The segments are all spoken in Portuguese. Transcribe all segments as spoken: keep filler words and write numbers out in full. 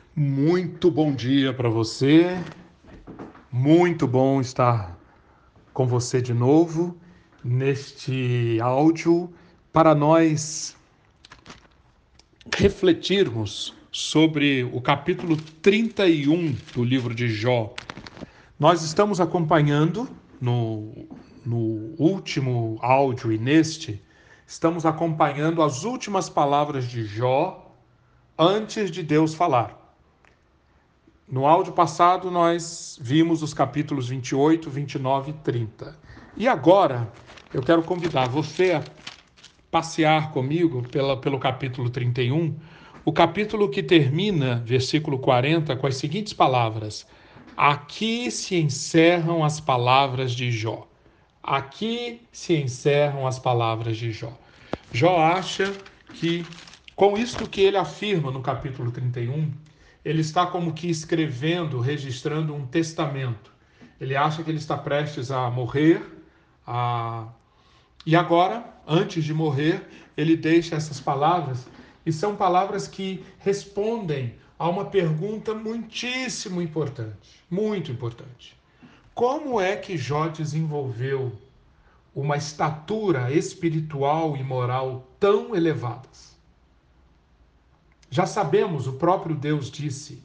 Muito bom dia para você. Muito bom estar com você de novo neste áudio para nós refletirmos sobre o capítulo trinta e um do livro de Jó. Nós estamos acompanhando no, no último áudio e neste, estamos acompanhando as últimas palavras de Jó antes de Deus falar. No áudio passado, nós vimos os capítulos vinte e oito, vinte e nove e trinta. E agora, eu quero convidar você a passear comigo pela, pelo capítulo trinta e um, o capítulo que termina, versículo quarenta, com as seguintes palavras: Aqui se encerram as palavras de Jó. Aqui se encerram as palavras de Jó. Jó acha que, com isto que ele afirma no capítulo trinta e um, ele está como que escrevendo, registrando um testamento. Ele acha que ele está prestes a morrer, a... e agora, antes de morrer, ele deixa essas palavras, e são palavras que respondem a uma pergunta muitíssimo importante, muito importante. Como é que Jó desenvolveu uma estatura espiritual e moral tão elevadas? Já sabemos, o próprio Deus disse,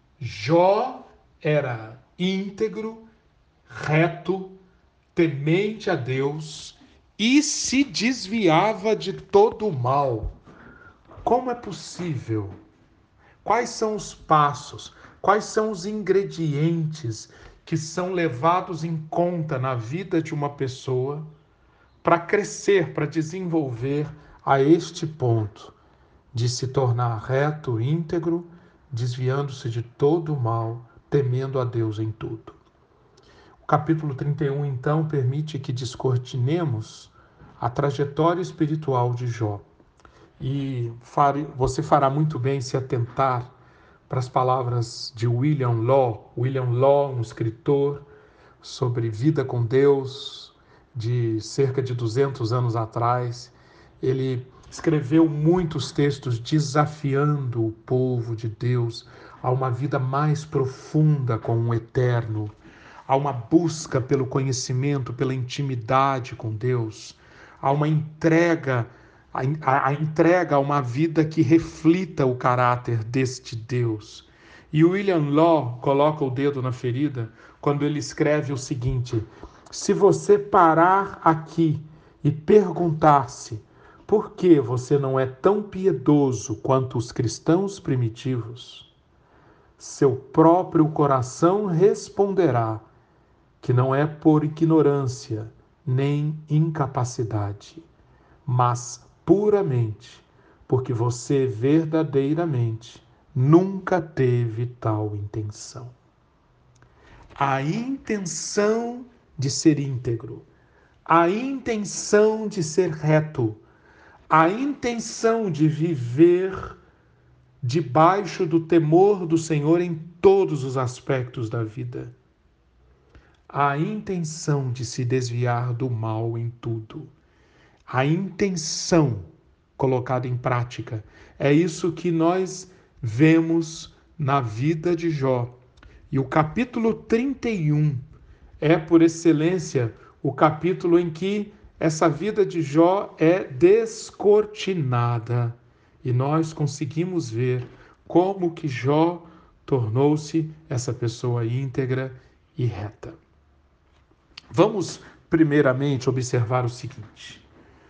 Jó era íntegro, reto, temente a Deus e se desviava de todo o mal. Como é possível? Quais são os passos? Quais são os ingredientes que são levados em conta na vida de uma pessoa para crescer, para desenvolver a este ponto de se tornar reto, íntegro, desviando-se de todo o mal, temendo a Deus em tudo? O capítulo trinta e um, então, permite que descortinemos a trajetória espiritual de Jó. E você fará muito bem se atentar para as palavras de William Law. William Law, um escritor sobre vida com Deus, de cerca de duzentos anos atrás. Ele escreveu muitos textos desafiando o povo de Deus a uma vida mais profunda com o eterno, a uma busca pelo conhecimento, pela intimidade com Deus, a uma entrega, a, a, a entrega a uma vida que reflita o caráter deste Deus. E William Law coloca o dedo na ferida quando ele escreve o seguinte: se você parar aqui e perguntar-se por que você não é tão piedoso quanto os cristãos primitivos, seu próprio coração responderá que não é por ignorância nem incapacidade, mas puramente porque você verdadeiramente nunca teve tal intenção. A intenção de ser íntegro, a intenção de ser reto, a intenção de viver debaixo do temor do Senhor em todos os aspectos da vida, a intenção de se desviar do mal em tudo, a intenção colocada em prática. É isso que nós vemos na vida de Jó. E o capítulo trinta e um é, por excelência, o capítulo em que essa vida de Jó é descortinada. E nós conseguimos ver como que Jó tornou-se essa pessoa íntegra e reta. Vamos, primeiramente, observar o seguinte.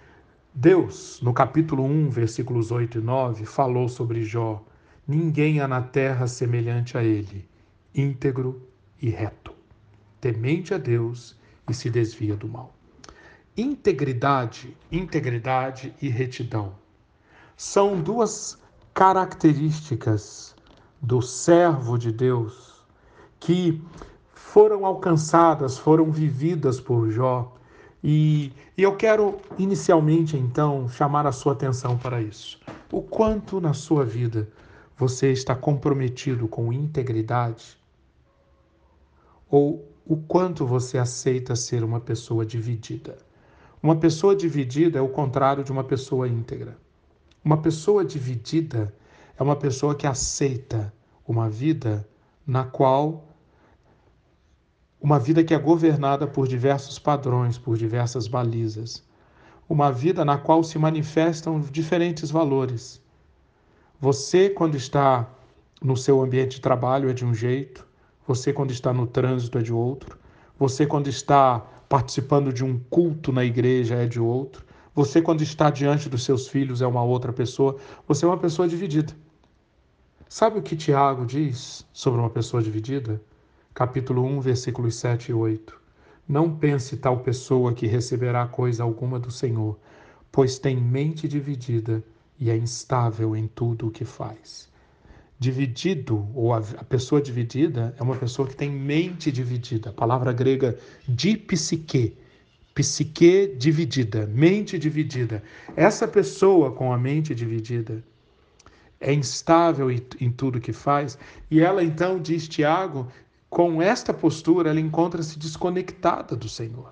Deus, no capítulo um, versículos oito e nove, falou sobre Jó: ninguém há na terra semelhante a ele, íntegro e reto, temente a Deus e se desvia do mal. Integridade, integridade e retidão são duas características do servo de Deus que foram alcançadas, foram vividas por Jó. E, e eu quero inicialmente, então, chamar a sua atenção para isso. O quanto na sua vida você está comprometido com integridade? Ou o quanto você aceita ser uma pessoa dividida? Uma pessoa dividida é o contrário de uma pessoa íntegra. Uma pessoa dividida é uma pessoa que aceita uma vida na qual uma vida que é governada por diversos padrões, por diversas balizas, uma vida na qual se manifestam diferentes valores. Você, quando está no seu ambiente de trabalho, é de um jeito, você, quando está no trânsito, é de outro, você, quando está participando de um culto na igreja, é de outro, você, quando está diante dos seus filhos, é uma outra pessoa, você é uma pessoa dividida. Sabe o que Tiago diz sobre uma pessoa dividida? Capítulo um, versículos sete e oito. Não pense tal pessoa que receberá coisa alguma do Senhor, pois tem mente dividida e é instável em tudo o que faz. Dividido, ou a pessoa dividida, é uma pessoa que tem mente dividida. A palavra grega dipsique, psique dividida, mente dividida. Essa pessoa com a mente dividida é instável em tudo que faz, e ela então, diz Tiago, com esta postura, ela encontra-se desconectada do Senhor.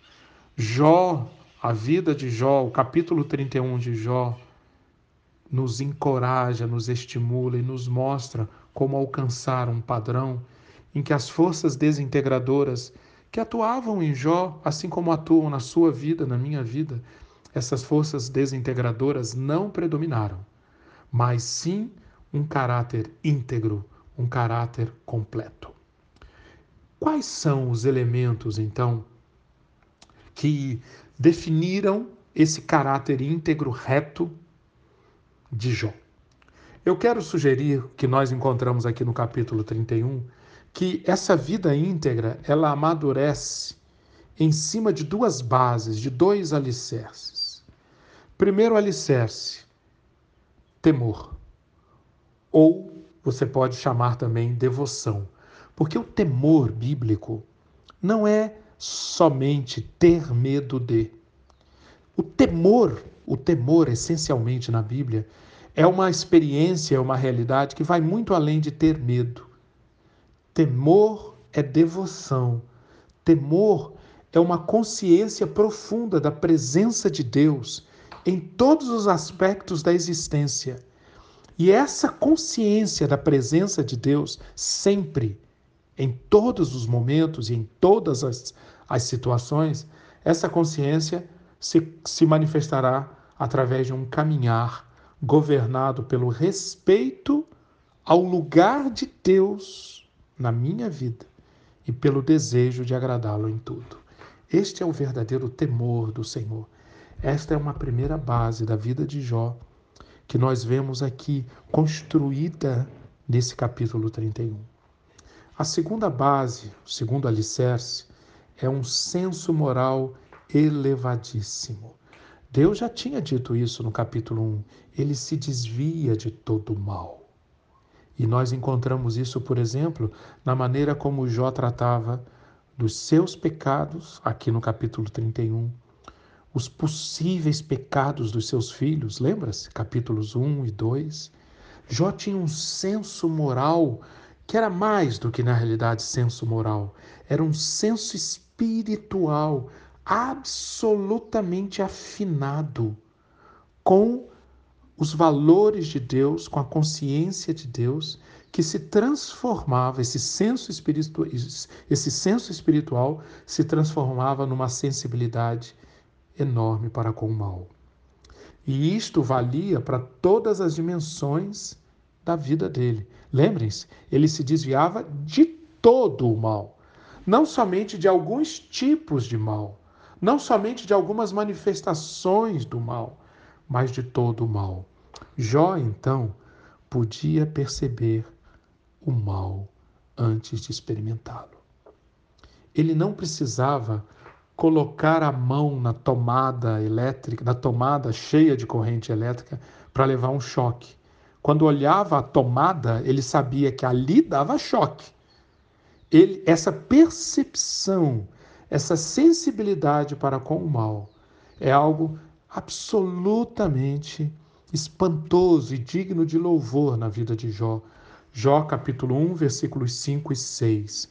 Jó, a vida de Jó, o capítulo trinta e um de Jó, nos encoraja, nos estimula e nos mostra como alcançar um padrão em que as forças desintegradoras que atuavam em Jó, assim como atuam na sua vida, na minha vida, essas forças desintegradoras não predominaram, mas sim um caráter íntegro, um caráter completo. Quais são os elementos, então, que definiram esse caráter íntegro, reto de Jó? Eu quero sugerir que nós encontramos aqui no capítulo trinta e um que essa vida íntegra, ela amadurece em cima de duas bases, de dois alicerces. Primeiro alicerce, temor. Ou você pode chamar também devoção. Porque o temor bíblico não é somente ter medo de. O temor, o temor essencialmente na Bíblia, é uma experiência, é uma realidade que vai muito além de ter medo. Temor é devoção. Temor é uma consciência profunda da presença de Deus em todos os aspectos da existência. E essa consciência da presença de Deus sempre, em todos os momentos e em todas as, as situações, essa consciência se, se manifestará através de um caminhar governado pelo respeito ao lugar de Deus na minha vida e pelo desejo de agradá-lo em tudo. Este é o verdadeiro temor do Senhor. Esta é uma primeira base da vida de Jó, que nós vemos aqui construída nesse capítulo trinta e um. A segunda base, o segundo alicerce, é um senso moral elevadíssimo. Deus já tinha dito isso no capítulo um. Ele se desvia de todo o mal. E nós encontramos isso, por exemplo, na maneira como Jó tratava dos seus pecados, aqui no capítulo trinta e um, os possíveis pecados dos seus filhos, lembra-se? Capítulos um e dois. Jó tinha um senso moral que era mais do que, na realidade, senso moral. Era um senso espiritual absolutamente afinado com os valores de Deus, com a consciência de Deus, que se transformava, esse senso espiritual, esse senso espiritual se transformava numa sensibilidade enorme para com o mal. E isto valia para todas as dimensões da vida dele. Lembrem-se, ele se desviava de todo o mal, não somente de alguns tipos de mal, não somente de algumas manifestações do mal, mas de todo o mal. Jó, então, podia perceber o mal antes de experimentá-lo. Ele não precisava colocar a mão na tomada elétrica, na tomada cheia de corrente elétrica, para levar um choque. Quando olhava a tomada, ele sabia que ali dava choque. Ele, essa percepção, essa sensibilidade para com o mal, é algo absolutamente espantoso e digno de louvor na vida de Jó. Jó, capítulo um, versículos cinco e seis.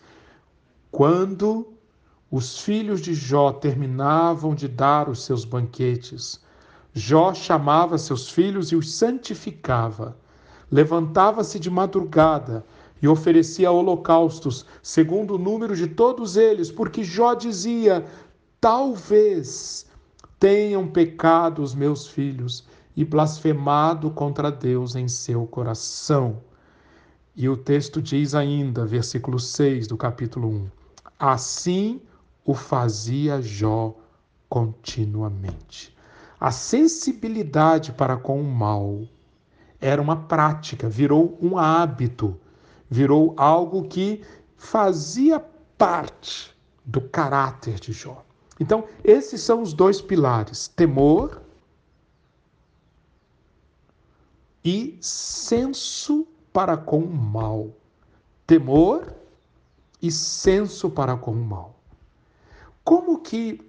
Quando os filhos de Jó terminavam de dar os seus banquetes, Jó chamava seus filhos e os santificava. Levantava-se de madrugada e oferecia holocaustos, segundo o número de todos eles, porque Jó dizia: talvez tenham pecado os meus filhos e blasfemado contra Deus em seu coração. E o texto diz ainda, versículo seis do capítulo um: assim o fazia Jó continuamente. A sensibilidade para com o mal era uma prática, virou um hábito, virou algo que fazia parte do caráter de Jó. Então, esses são os dois pilares: temor e senso para com o mal. Temor e senso para com o mal. Como que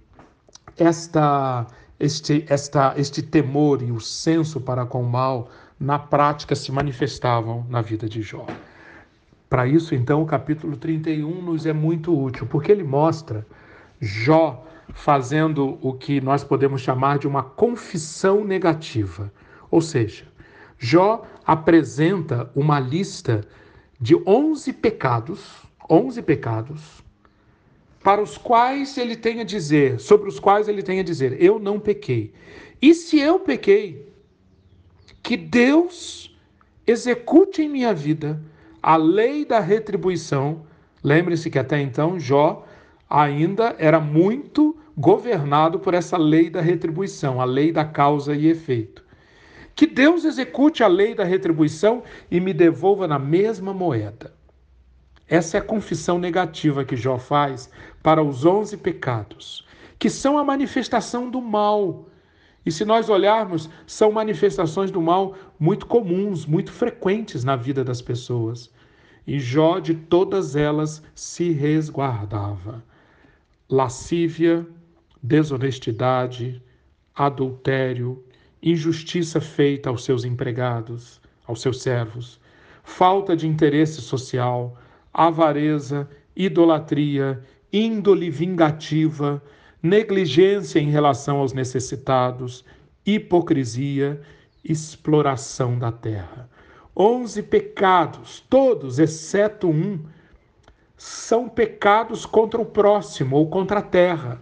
esta, este, esta, este temor e o senso para com o mal, na prática, se manifestavam na vida de Jó? Para isso, então, o capítulo trinta e um nos é muito útil, porque ele mostra Jó fazendo o que nós podemos chamar de uma confissão negativa. Ou seja, Jó apresenta uma lista de onze pecados, onze pecados, para os quais ele tem a dizer, sobre os quais ele tem a dizer: eu não pequei. E se eu pequei, que Deus execute em minha vida a lei da retribuição. Lembre-se que até então Jó ainda era muito governado por essa lei da retribuição, a lei da causa e efeito. Que Deus execute a lei da retribuição e me devolva na mesma moeda. Essa é a confissão negativa que Jó faz para os onze pecados, que são a manifestação do mal. E se nós olharmos, são manifestações do mal muito comuns, muito frequentes na vida das pessoas. E Jó, de todas elas, se resguardava. Lascívia, desonestidade, adultério, injustiça feita aos seus empregados, aos seus servos, falta de interesse social, avareza, idolatria, índole vingativa, negligência em relação aos necessitados, hipocrisia, exploração da terra. Onze pecados, todos exceto um, são pecados contra o próximo ou contra a terra.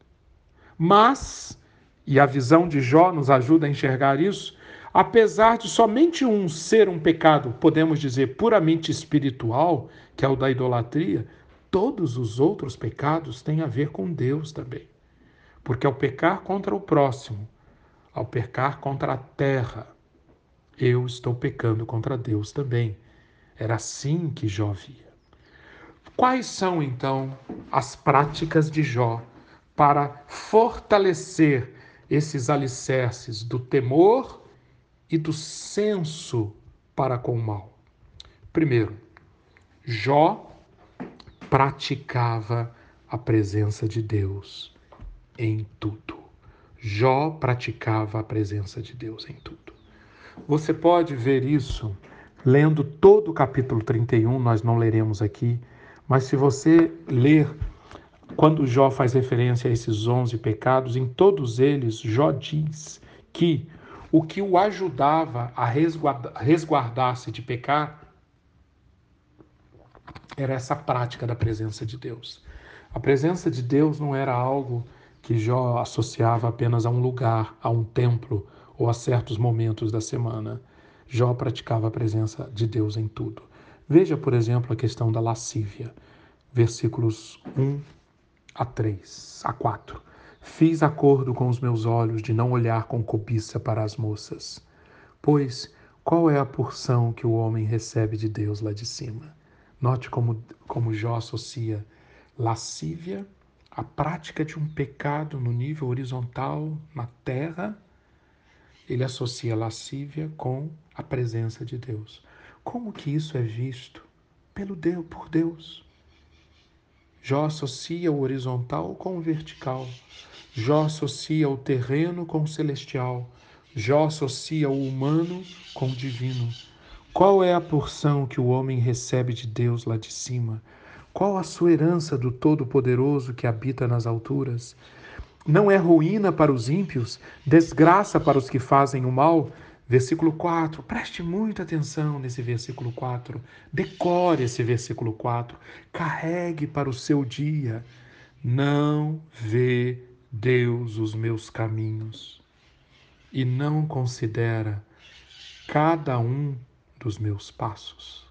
Mas, e a visão de Jó nos ajuda a enxergar isso, apesar de somente um ser um pecado, podemos dizer, puramente espiritual, que é o da idolatria, todos os outros pecados têm a ver com Deus também. Porque ao pecar contra o próximo, ao pecar contra a terra, eu estou pecando contra Deus também. Era assim que Jó via. Quais são, então, as práticas de Jó para fortalecer esses alicerces do temor e do senso para com o mal? Primeiro, Jó praticava a presença de Deus em tudo. Jó praticava a presença de Deus em tudo. Você pode ver isso lendo todo o capítulo trinta e um, nós não leremos aqui, mas se você ler, quando Jó faz referência a esses onze pecados, em todos eles, Jó diz que o que o ajudava a resguardar-se de pecar era essa prática da presença de Deus. A presença de Deus não era algo que Jó associava apenas a um lugar, a um templo ou a certos momentos da semana. Jó praticava a presença de Deus em tudo. Veja, por exemplo, a questão da lascívia. Versículos um a três, a quatro. Fiz acordo com os meus olhos de não olhar com cobiça para as moças. Pois qual é a porção que o homem recebe de Deus lá de cima? Note como, como Jó associa lascívia, a prática de um pecado no nível horizontal, na terra. Ele associa lascívia com a presença de Deus. Como que isso é visto? Pelo Deus, por Deus. Jó associa o horizontal com o vertical. Jó associa o terreno com o celestial. Jó associa o humano com o divino. Qual é a porção que o homem recebe de Deus lá de cima? Qual a sua herança do Todo-Poderoso que habita nas alturas? Não é ruína para os ímpios, desgraça para os que fazem o mal? Versículo quatro, preste muita atenção nesse versículo quatro, decore esse versículo quatro, carregue para o seu dia. Não vê Deus os meus caminhos e não considera cada um dos meus passos.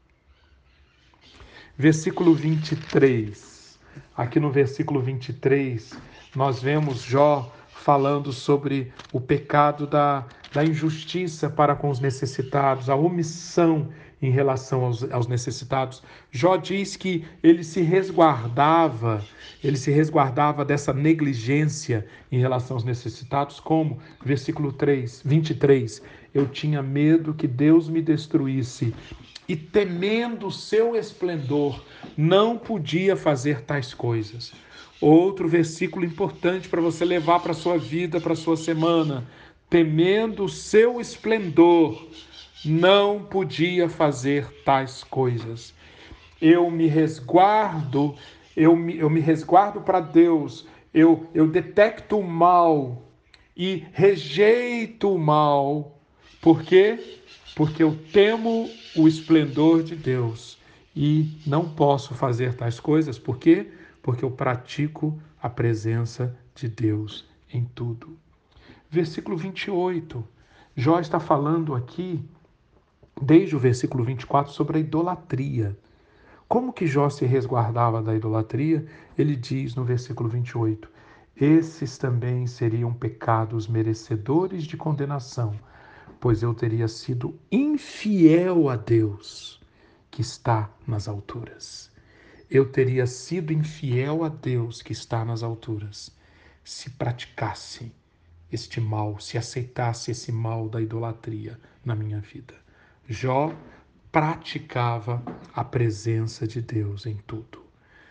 Versículo vinte e três. Aqui no versículo vinte e três, nós vemos Jó falando sobre o pecado da, da injustiça para com os necessitados, a omissão em relação aos, aos necessitados. Jó diz que ele se resguardava, ele se resguardava dessa negligência em relação aos necessitados, como, versículo três, vinte e três, eu tinha medo que Deus me destruísse, e temendo o seu esplendor, não podia fazer tais coisas. Outro versículo importante para você levar para a sua vida, para a sua semana. Temendo o seu esplendor, não podia fazer tais coisas. Eu me resguardo, eu me, eu me resguardo para Deus, eu, eu detecto o mal e rejeito o mal. Por quê? Porque eu temo o esplendor de Deus e não posso fazer tais coisas. Por quê? Porque eu pratico a presença de Deus em tudo. Versículo vinte e oito. Jó está falando aqui, desde o versículo vinte e quatro, sobre a idolatria. Como que Jó se resguardava da idolatria? Ele diz no versículo vinte e oito, esses também seriam pecados merecedores de condenação, pois eu teria sido infiel a Deus, que está nas alturas. Eu teria sido infiel a Deus, que está nas alturas, se praticasse este mal, se aceitasse esse mal da idolatria na minha vida. Jó praticava a presença de Deus em tudo.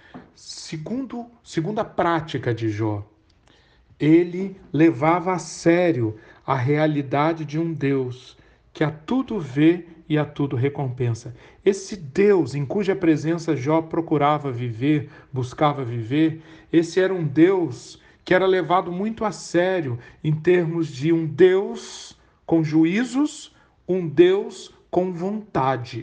Segundo, segunda prática de Jó, ele levava a sério a realidade de um Deus que a tudo vê e a tudo recompensa. Esse Deus em cuja presença Jó procurava viver, buscava viver, esse era um Deus que era levado muito a sério em termos de um Deus com juízos, um Deus com vontade.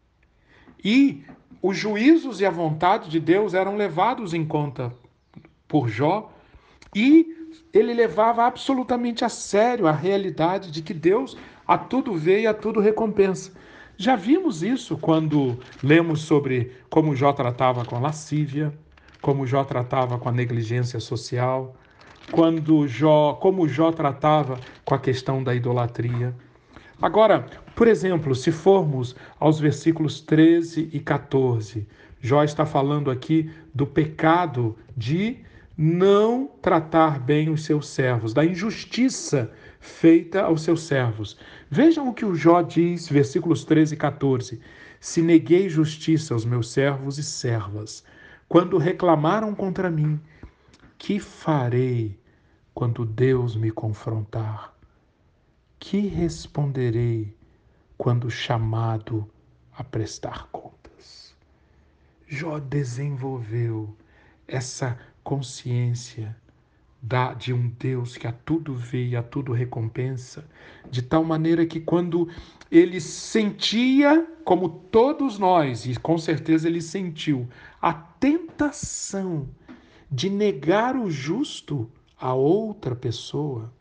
E os juízos e a vontade de Deus eram levados em conta por Jó, e ele levava absolutamente a sério a realidade de que Deus a tudo vê e a tudo recompensa. Já vimos isso quando lemos sobre como Jó tratava com a lascívia, como Jó tratava com a negligência social, quando Jó, como Jó tratava com a questão da idolatria. Agora, por exemplo, se formos aos versículos treze e quatorze, Jó está falando aqui do pecado de não tratar bem os seus servos, da injustiça feita aos seus servos. Vejam o que o Jó diz, versículos treze e quatorze. Se neguei justiça aos meus servos e servas, quando reclamaram contra mim, que farei quando Deus me confrontar? Que responderei quando chamado a prestar contas? Jó desenvolveu essa consciência da, de um Deus que a tudo vê e a tudo recompensa, de tal maneira que quando ele sentia, como todos nós, e com certeza ele sentiu, a tentação de negar o justo a outra pessoa,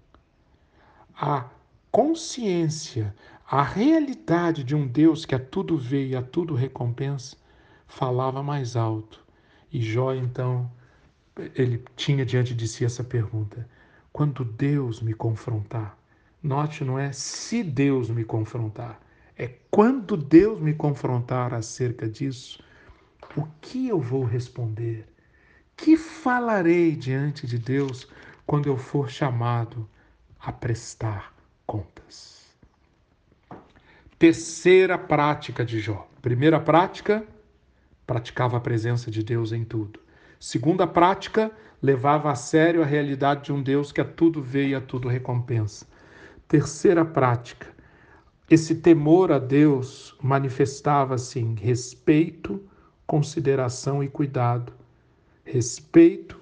a consciência, a realidade de um Deus que a tudo vê e a tudo recompensa, falava mais alto. E Jó, então, ele tinha diante de si essa pergunta: quando Deus me confrontar, note, não é se Deus me confrontar, é quando Deus me confrontar acerca disso, o que eu vou responder? Que falarei diante de Deus quando eu for chamado a prestar contas? Terceira prática de Jó. Primeira prática, praticava a presença de Deus em tudo. Segunda prática, levava a sério a realidade de um Deus que a tudo vê e a tudo recompensa. Terceira prática, esse temor a Deus manifestava-se em respeito, consideração e cuidado. Respeito,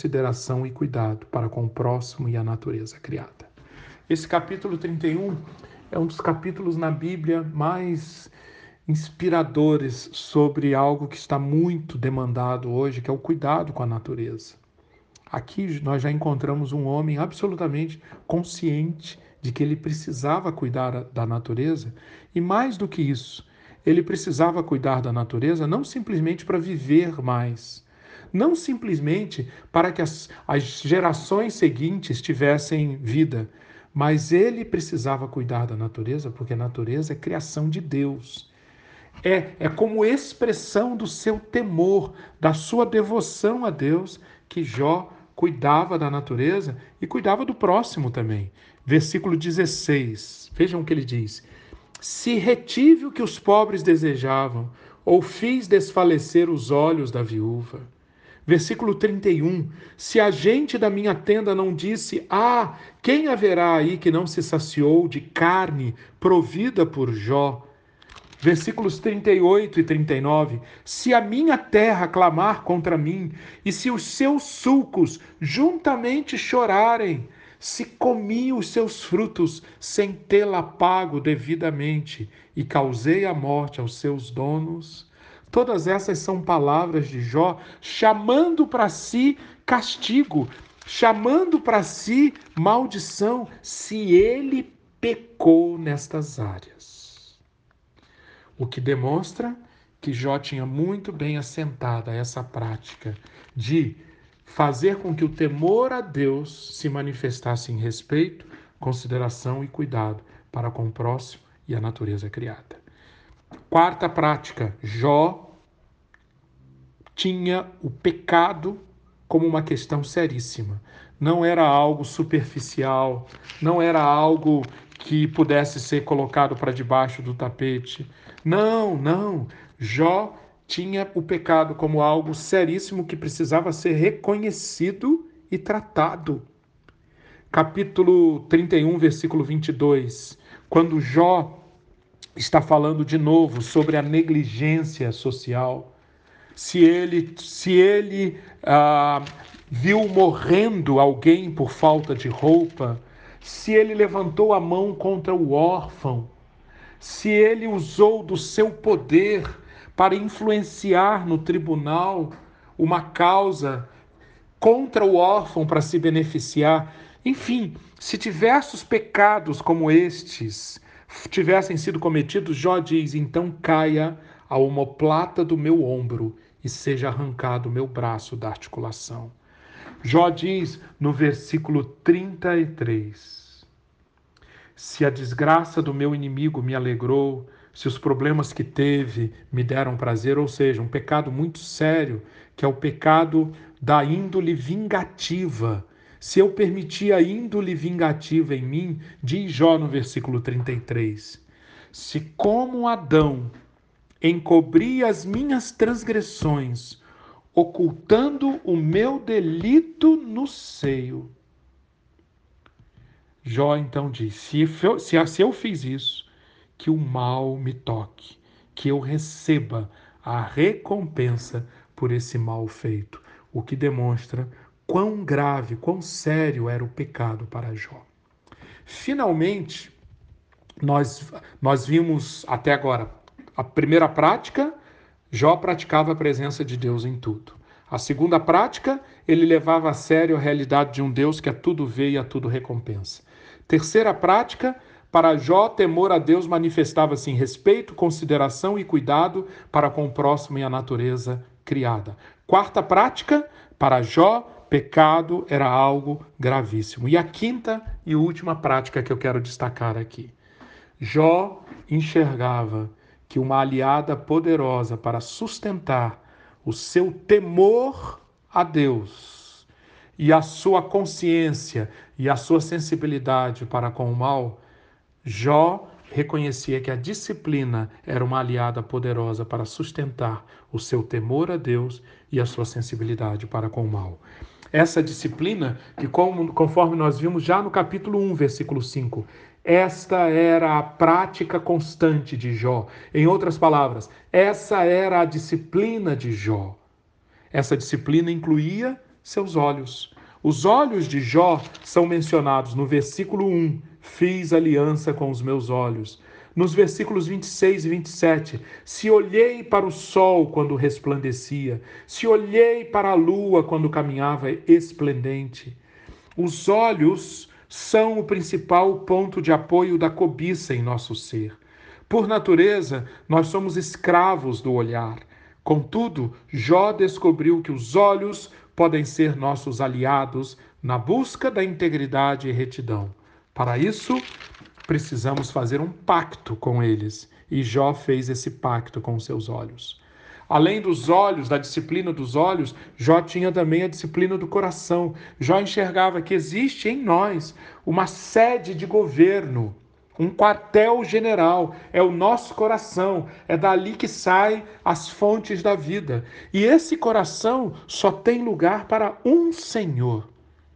consideração e cuidado para com o próximo e a natureza criada. Esse capítulo trinta e um é um dos capítulos na Bíblia mais inspiradores sobre algo que está muito demandado hoje, que é o cuidado com a natureza. Aqui nós já encontramos um homem absolutamente consciente de que ele precisava cuidar da natureza, e mais do que isso, ele precisava cuidar da natureza não simplesmente para viver mais, não simplesmente para que as, as gerações seguintes tivessem vida, mas ele precisava cuidar da natureza porque a natureza é criação de Deus. É, é como expressão do seu temor, da sua devoção a Deus, que Jó cuidava da natureza e cuidava do próximo também. Versículo dezesseis, vejam o que ele diz. Se retive o que os pobres desejavam, ou fiz desfalecer os olhos da viúva. Versículo trinta e um, se a gente da minha tenda não disse, ah, quem haverá aí que não se saciou de carne provida por Jó? Versículos trinta e oito e trinta e nove, se a minha terra clamar contra mim, e se os seus sulcos juntamente chorarem, se comi os seus frutos sem tê-la pago devidamente, e causei a morte aos seus donos. Todas essas são palavras de Jó chamando para si castigo, chamando para si maldição, se ele pecou nestas áreas. O que demonstra que Jó tinha muito bem assentada essa prática de fazer com que o temor a Deus se manifestasse em respeito, consideração e cuidado para com o próximo e a natureza criada. Quarta prática, Jó tinha o pecado como uma questão seríssima. Não era algo superficial, não era algo que pudesse ser colocado para debaixo do tapete. Não, não. Jó tinha o pecado como algo seríssimo que precisava ser reconhecido e tratado. Capítulo trinta e um, versículo vinte e dois, quando Jó está falando de novo sobre a negligência social, se ele, se ele ah, viu morrendo alguém por falta de roupa, se ele levantou a mão contra o órfão, se ele usou do seu poder para influenciar no tribunal uma causa contra o órfão para se beneficiar, enfim, se diversos pecados como estes tivessem sido cometidos, Jó diz, então caia a omoplata do meu ombro e seja arrancado o meu braço da articulação. Jó diz no versículo trinta e três, se a desgraça do meu inimigo me alegrou, se os problemas que teve me deram prazer, ou seja, um pecado muito sério, que é o pecado da índole vingativa. Se eu permitir a índole vingativa em mim, diz Jó no versículo trinta e três, se como Adão encobri as minhas transgressões, ocultando o meu delito no seio. Jó então diz, se eu, se, se eu fiz isso, que o mal me toque, que eu receba a recompensa por esse mal feito, o que demonstra quão grave, quão sério era o pecado para Jó. Finalmente, nós, nós vimos até agora a primeira prática, Jó praticava a presença de Deus em tudo. A segunda prática, ele levava a sério a realidade de um Deus que a tudo vê e a tudo recompensa. Terceira prática, para Jó, temor a Deus manifestava-se em respeito, consideração e cuidado para com o próximo e a natureza criada. Quarta prática, para Jó, pecado era algo gravíssimo. E a quinta e última prática que eu quero destacar aqui. Jó enxergava que uma aliada poderosa para sustentar o seu temor a Deus e a sua consciência e a sua sensibilidade para com o mal, Jó reconhecia que a disciplina era uma aliada poderosa para sustentar o seu temor a Deus e a sua sensibilidade para com o mal. Essa disciplina, que como, conforme nós vimos já no capítulo um, versículo cinco, esta era a prática constante de Jó. Em outras palavras, essa era a disciplina de Jó. Essa disciplina incluía seus olhos. Os olhos de Jó são mencionados no versículo um, fiz aliança com os meus olhos. Nos versículos vinte e seis e vinte e sete, se olhei para o sol quando resplandecia, se olhei para a lua quando caminhava esplendente. Os olhos são o principal ponto de apoio da cobiça em nosso ser. Por natureza, nós somos escravos do olhar. Contudo, Jó descobriu que os olhos podem ser nossos aliados na busca da integridade e retidão. Para isso, precisamos fazer um pacto com eles. E Jó fez esse pacto com os seus olhos. Além dos olhos, da disciplina dos olhos, Jó tinha também a disciplina do coração. Jó enxergava que existe em nós uma sede de governo, um quartel-general, é o nosso coração, é dali que saem as fontes da vida. E esse coração só tem lugar para um Senhor.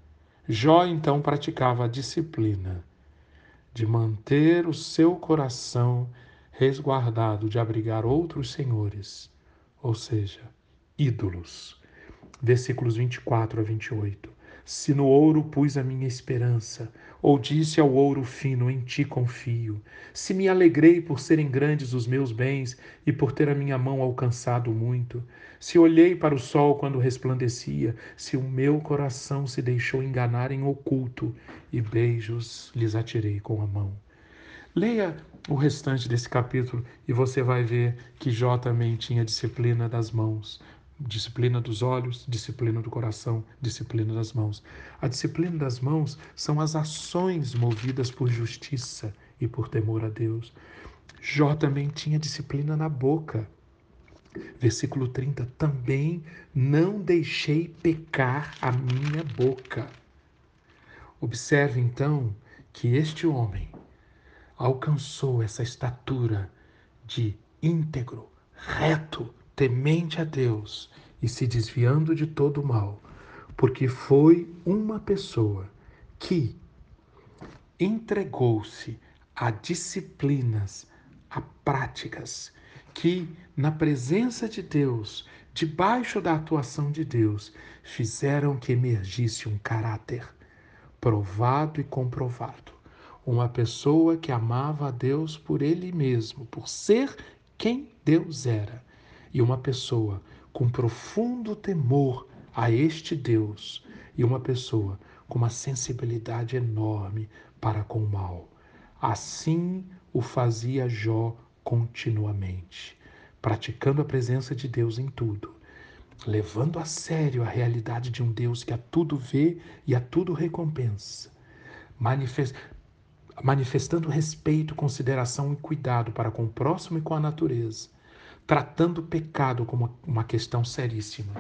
Jó então praticava a disciplina de manter o seu coração resguardado de abrigar outros senhores, ou seja, ídolos. Versículos vinte e quatro a vinte e oito. Se no ouro pus a minha esperança, ou disse ao ouro fino, em ti confio. Se me alegrei por serem grandes os meus bens e por ter a minha mão alcançado muito. Se olhei para o sol quando resplandecia, se o meu coração se deixou enganar em oculto, e beijos lhes atirei com a mão. Leia o restante desse capítulo e você vai ver que Jó também tinha disciplina das mãos, disciplina dos olhos, disciplina do coração, disciplina das mãos. A disciplina das mãos são as ações movidas por justiça e por temor a Deus. Jó também tinha disciplina na boca. Versículo trinta, também não deixei pecar a minha boca. Observe então que este homem alcançou essa estatura de íntegro, reto, temente a Deus e se desviando de todo o mal, porque foi uma pessoa que entregou-se a disciplinas, a práticas, que na presença de Deus, debaixo da atuação de Deus, fizeram que emergisse um caráter provado e comprovado. Uma pessoa que amava a Deus por ele mesmo, por ser quem Deus era. E uma pessoa com profundo temor a este Deus. E uma pessoa com uma sensibilidade enorme para com o mal. Assim o fazia Jó continuamente, praticando a presença de Deus em tudo, levando a sério a realidade de um Deus que a tudo vê e a tudo recompensa, manifest... manifestando respeito, consideração e cuidado para com o próximo e com a natureza, tratando o pecado como uma questão seríssima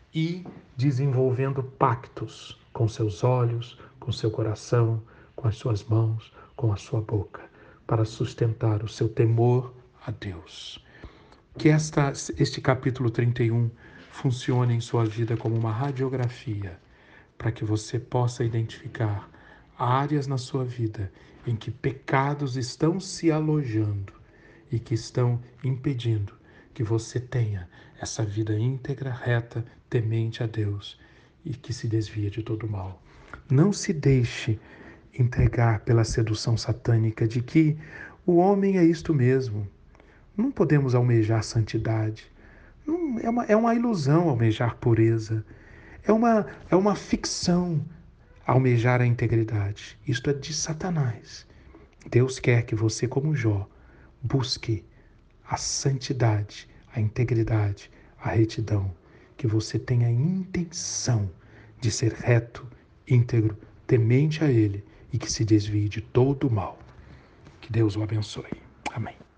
e desenvolvendo pactos com seus olhos, com seu coração, com as suas mãos, com a sua boca, para sustentar o seu temor a Deus. Que esta, este capítulo trinta e um funcione em sua vida como uma radiografia, para que você possa identificar áreas na sua vida em que pecados estão se alojando e que estão impedindo que você tenha essa vida íntegra, reta, temente a Deus e que se desvia de todo mal. Não se deixe entregar pela sedução satânica de que o homem é isto mesmo. Não podemos almejar santidade. Não, é, uma, é uma ilusão almejar pureza. É uma, é uma ficção almejar a integridade. Isto é de Satanás. Deus quer que você, como Jó, busque a santidade, a integridade, a retidão. Que você tenha a intenção de ser reto, íntegro, temente a Ele e que se desvie de todo o mal. Que Deus o abençoe. Amém.